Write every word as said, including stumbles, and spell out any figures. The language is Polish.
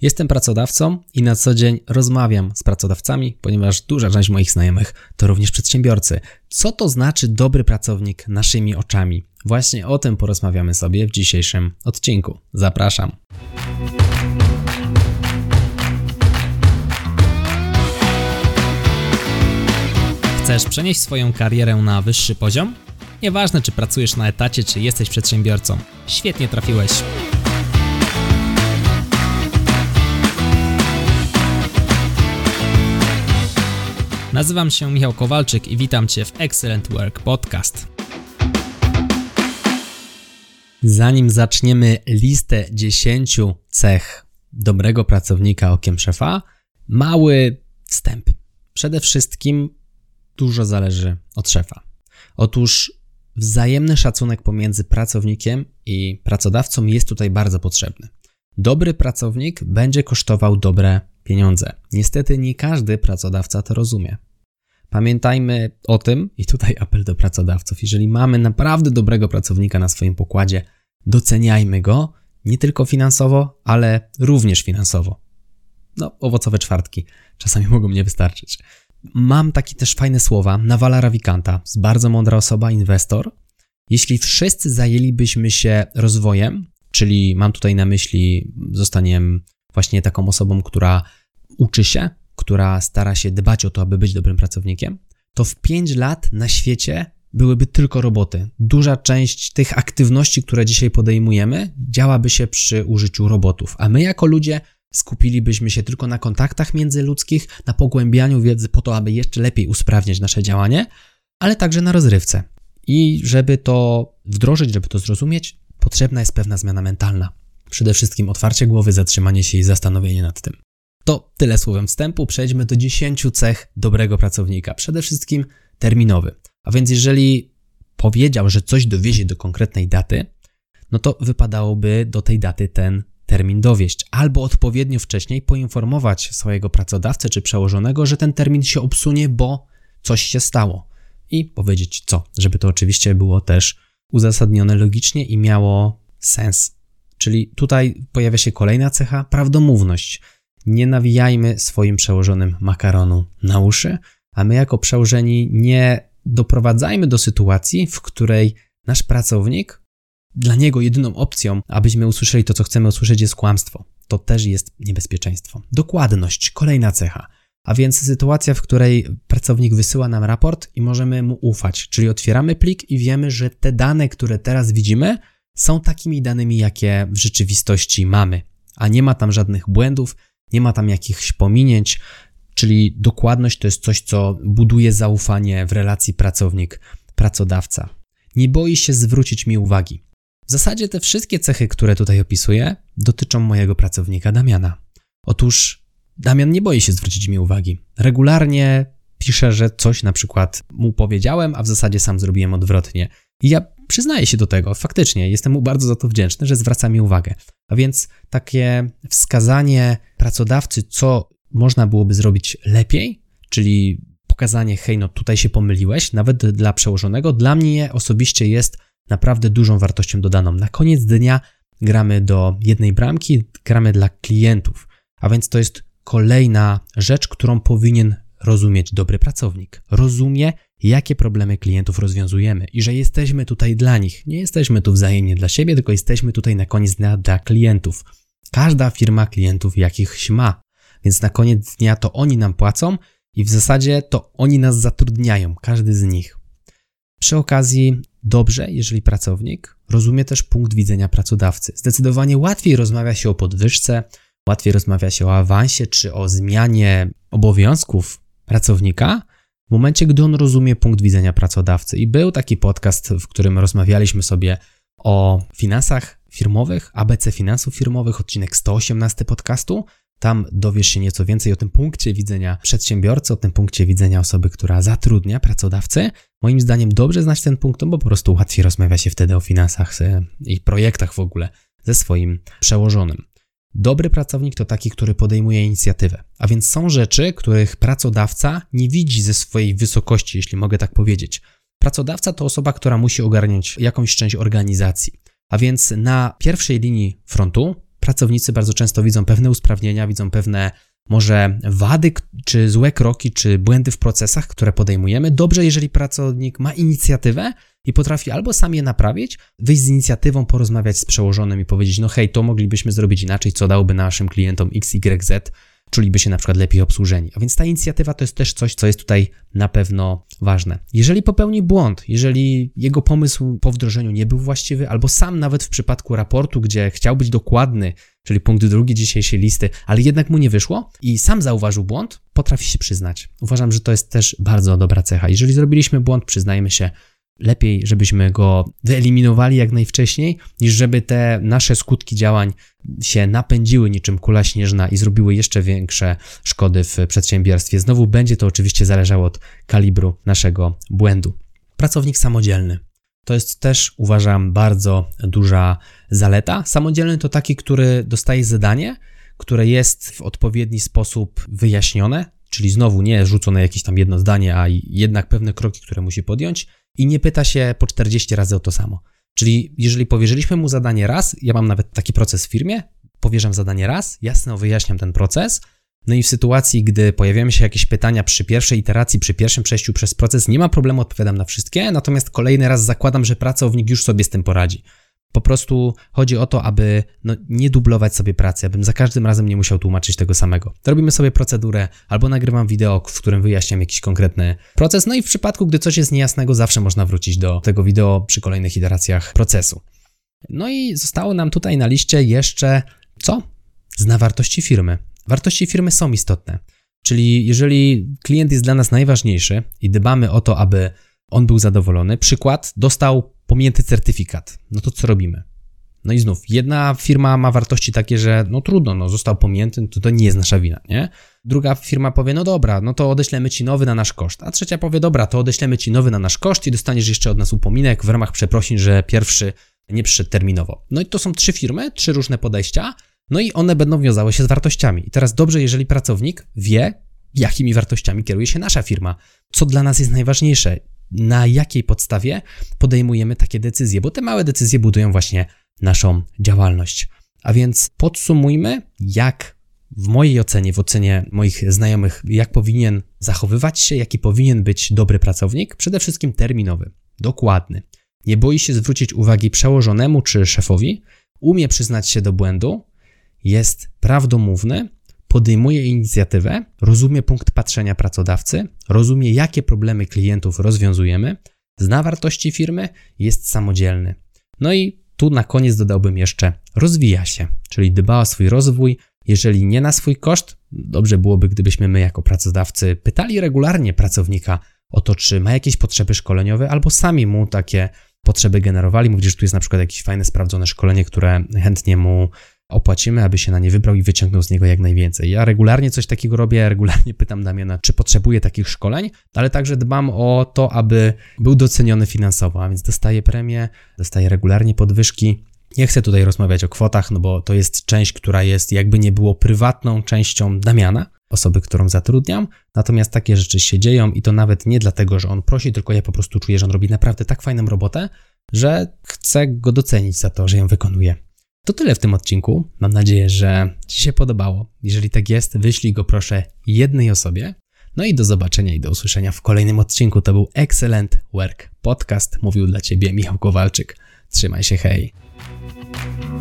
Jestem pracodawcą i na co dzień rozmawiam z pracodawcami, ponieważ duża część moich znajomych to również przedsiębiorcy. Co to znaczy dobry pracownik naszymi oczami? Właśnie o tym porozmawiamy sobie w dzisiejszym odcinku. Zapraszam. Chcesz przenieść swoją karierę na wyższy poziom? Nieważne, czy pracujesz na etacie, czy jesteś przedsiębiorcą. Świetnie trafiłeś. Nazywam się Michał Kowalczyk i witam Cię w Excellent Work Podcast. Zanim zaczniemy listę dziesięciu cech dobrego pracownika okiem szefa, mały wstęp. Przede wszystkim dużo zależy od szefa. Otóż wzajemny szacunek pomiędzy pracownikiem i pracodawcą jest tutaj bardzo potrzebny. Dobry pracownik będzie kosztował dobre pieniądze. Niestety nie każdy pracodawca to rozumie. Pamiętajmy o tym, i tutaj apel do pracodawców, jeżeli mamy naprawdę dobrego pracownika na swoim pokładzie, doceniajmy go nie tylko finansowo, ale również finansowo. No, owocowe czwartki czasami mogą nie wystarczyć. Mam takie też fajne słowa Navala Ravikanta, bardzo mądra osoba, inwestor. Jeśli wszyscy zajęlibyśmy się rozwojem, czyli mam tutaj na myśli zostaniemy właśnie taką osobą, która uczy się, która stara się dbać o to, aby być dobrym pracownikiem, to w pięć lat na świecie byłyby tylko roboty. Duża część tych aktywności, które dzisiaj podejmujemy, działaby się przy użyciu robotów, a my jako ludzie skupilibyśmy się tylko na kontaktach międzyludzkich, na pogłębianiu wiedzy po to, aby jeszcze lepiej usprawniać nasze działanie, ale także na rozrywce. I żeby to wdrożyć, żeby to zrozumieć, potrzebna jest pewna zmiana mentalna. Przede wszystkim otwarcie głowy, zatrzymanie się i zastanowienie nad tym. To tyle słowem wstępu. Przejdźmy do dziesięciu cech dobrego pracownika. Przede wszystkim terminowy. A więc jeżeli powiedział, że coś dowiezie do konkretnej daty, no to wypadałoby do tej daty ten termin dowieść. Albo odpowiednio wcześniej poinformować swojego pracodawcę czy przełożonego, że ten termin się obsunie, bo coś się stało. I powiedzieć co, żeby to oczywiście było też uzasadnione logicznie i miało sens. Czyli tutaj pojawia się kolejna cecha, prawdomówność. Nie nawijajmy swoim przełożonym makaronu na uszy, a my jako przełożeni nie doprowadzajmy do sytuacji, w której nasz pracownik, dla niego jedyną opcją, abyśmy usłyszeli to, co chcemy usłyszeć, jest kłamstwo. To też jest niebezpieczeństwo. Dokładność, kolejna cecha. A więc sytuacja, w której pracownik wysyła nam raport i możemy mu ufać, czyli otwieramy plik i wiemy, że te dane, które teraz widzimy, są takimi danymi, jakie w rzeczywistości mamy, a nie ma tam żadnych błędów, nie ma tam jakichś pominięć, czyli dokładność to jest coś, co buduje zaufanie w relacji pracownik-pracodawca. Nie boi się zwrócić mi uwagi. W zasadzie te wszystkie cechy, które tutaj opisuję, dotyczą mojego pracownika Damiana. Otóż Damian nie boi się zwrócić mi uwagi. Regularnie pisze, że coś na przykład mu powiedziałem, a w zasadzie sam zrobiłem odwrotnie. I ja przyznaję się do tego, faktycznie, jestem mu bardzo za to wdzięczny, że zwraca mi uwagę. A więc takie wskazanie pracodawcy, co można byłoby zrobić lepiej, czyli pokazanie, hej, no tutaj się pomyliłeś, nawet dla przełożonego, dla mnie osobiście jest naprawdę dużą wartością dodaną. Na koniec dnia gramy do jednej bramki, gramy dla klientów, a więc to jest kolejna rzecz, którą powinien rozumieć dobry pracownik. Rozumie, jakie problemy klientów rozwiązujemy i że jesteśmy tutaj dla nich. Nie jesteśmy tu wzajemnie dla siebie, tylko jesteśmy tutaj na koniec dnia dla klientów. Każda firma klientów jakichś ma, więc na koniec dnia to oni nam płacą i w zasadzie to oni nas zatrudniają, każdy z nich. Przy okazji dobrze, jeżeli pracownik rozumie też punkt widzenia pracodawcy. Zdecydowanie łatwiej rozmawia się o podwyżce, łatwiej rozmawia się o awansie czy o zmianie obowiązków pracownika w momencie, gdy on rozumie punkt widzenia pracodawcy. I był taki podcast, w którym rozmawialiśmy sobie o finansach firmowych, A B C finansów firmowych, odcinek sto osiemnasty podcastu. Tam dowiesz się nieco więcej o tym punkcie widzenia przedsiębiorcy, o tym punkcie widzenia osoby, która zatrudnia pracodawcę. Moim zdaniem dobrze znać ten punkt, bo po prostu łatwiej rozmawia się wtedy o finansach i projektach w ogóle ze swoim przełożonym. Dobry pracownik to taki, który podejmuje inicjatywę, a więc są rzeczy, których pracodawca nie widzi ze swojej wysokości, jeśli mogę tak powiedzieć. Pracodawca to osoba, która musi ogarniać jakąś część organizacji, a więc na pierwszej linii frontu pracownicy bardzo często widzą pewne usprawnienia, widzą pewne może wady, czy złe kroki, czy błędy w procesach, które podejmujemy. Dobrze, jeżeli pracownik ma inicjatywę i potrafi albo sam je naprawić, wyjść z inicjatywą, porozmawiać z przełożonym i powiedzieć, no hej, to moglibyśmy zrobić inaczej, co dałoby naszym klientom X, Y, Z, czuliby się na przykład lepiej obsłużeni. A więc ta inicjatywa to jest też coś, co jest tutaj na pewno ważne. Jeżeli popełni błąd, jeżeli jego pomysł po wdrożeniu nie był właściwy, albo sam nawet w przypadku raportu, gdzie chciał być dokładny, czyli punkt drugi dzisiejszej listy, ale jednak mu nie wyszło i sam zauważył błąd, potrafi się przyznać. Uważam, że to jest też bardzo dobra cecha. Jeżeli zrobiliśmy błąd, przyznajmy się, lepiej, żebyśmy go wyeliminowali jak najwcześniej, niż żeby te nasze skutki działań się napędziły niczym kula śnieżna i zrobiły jeszcze większe szkody w przedsiębiorstwie. Znowu będzie to oczywiście zależało od kalibru naszego błędu. Pracownik samodzielny. To jest też, uważam, bardzo duża zaleta. Samodzielny to taki, który dostaje zadanie, które jest w odpowiedni sposób wyjaśnione, czyli znowu nie rzucone jakieś tam jedno zdanie, a jednak pewne kroki, które musi podjąć i nie pyta się po czterdzieści razy o to samo. Czyli jeżeli powierzyliśmy mu zadanie raz, ja mam nawet taki proces w firmie, powierzam zadanie raz, jasno wyjaśniam ten proces, no i w sytuacji, gdy pojawiają się jakieś pytania przy pierwszej iteracji, przy pierwszym przejściu przez proces, nie ma problemu, odpowiadam na wszystkie, natomiast kolejny raz zakładam, że pracownik już sobie z tym poradzi. Po prostu chodzi o to, aby no, nie dublować sobie pracy, abym za każdym razem nie musiał tłumaczyć tego samego. To robimy sobie procedurę, albo nagrywam wideo, w którym wyjaśniam jakiś konkretny proces, no i w przypadku, gdy coś jest niejasnego, zawsze można wrócić do tego wideo przy kolejnych iteracjach procesu. No i zostało nam tutaj na liście jeszcze co? Zna wartości firmy. Wartości firmy są istotne, czyli jeżeli klient jest dla nas najważniejszy i dbamy o to, aby on był zadowolony, przykład, dostał pominięty certyfikat, no to co robimy? No i znów, jedna firma ma wartości takie, że no trudno, no został pominięty, to to nie jest nasza wina, nie? Druga firma powie, no dobra, no to odeślemy ci nowy na nasz koszt, a trzecia powie, dobra, to odeślemy ci nowy na nasz koszt i dostaniesz jeszcze od nas upominek w ramach przeprosin, że pierwszy nie przyszedł terminowo. No i to są trzy firmy, trzy różne podejścia, no i one będą wiązały się z wartościami. I teraz dobrze, jeżeli pracownik wie, jakimi wartościami kieruje się nasza firma, co dla nas jest najważniejsze, na jakiej podstawie podejmujemy takie decyzje, bo te małe decyzje budują właśnie naszą działalność. A więc podsumujmy, jak w mojej ocenie, w ocenie moich znajomych, jak powinien zachowywać się, jaki powinien być dobry pracownik. Przede wszystkim terminowy, dokładny. Nie boi się zwrócić uwagi przełożonemu czy szefowi, umie przyznać się do błędu, jest prawdomówny, podejmuje inicjatywę, rozumie punkt patrzenia pracodawcy, rozumie, jakie problemy klientów rozwiązujemy, zna wartości firmy, jest samodzielny. No i tu na koniec dodałbym jeszcze rozwija się, czyli dba o swój rozwój, jeżeli nie na swój koszt, dobrze byłoby, gdybyśmy my jako pracodawcy pytali regularnie pracownika o to, czy ma jakieś potrzeby szkoleniowe, albo sami mu takie potrzeby generowali. Mówili, że tu jest na przykład jakieś fajne, sprawdzone szkolenie, które chętnie mu opłacimy, aby się na nie wybrał i wyciągnął z niego jak najwięcej. Ja regularnie coś takiego robię, regularnie pytam Damiana, czy potrzebuje takich szkoleń, ale także dbam o to, aby był doceniony finansowo, a więc dostaje premię, dostaje regularnie podwyżki. Nie chcę tutaj rozmawiać o kwotach, no bo to jest część, która jest jakby nie było prywatną częścią Damiana, osoby, którą zatrudniam, natomiast takie rzeczy się dzieją i to nawet nie dlatego, że on prosi, tylko ja po prostu czuję, że on robi naprawdę tak fajną robotę, że chcę go docenić za to, że ją wykonuje. To tyle w tym odcinku. Mam nadzieję, że Ci się podobało. Jeżeli tak jest, wyślij go proszę jednej osobie. No i do zobaczenia i do usłyszenia w kolejnym odcinku. To był Excellent Work Podcast. Mówił dla Ciebie Michał Kowalczyk. Trzymaj się, hej.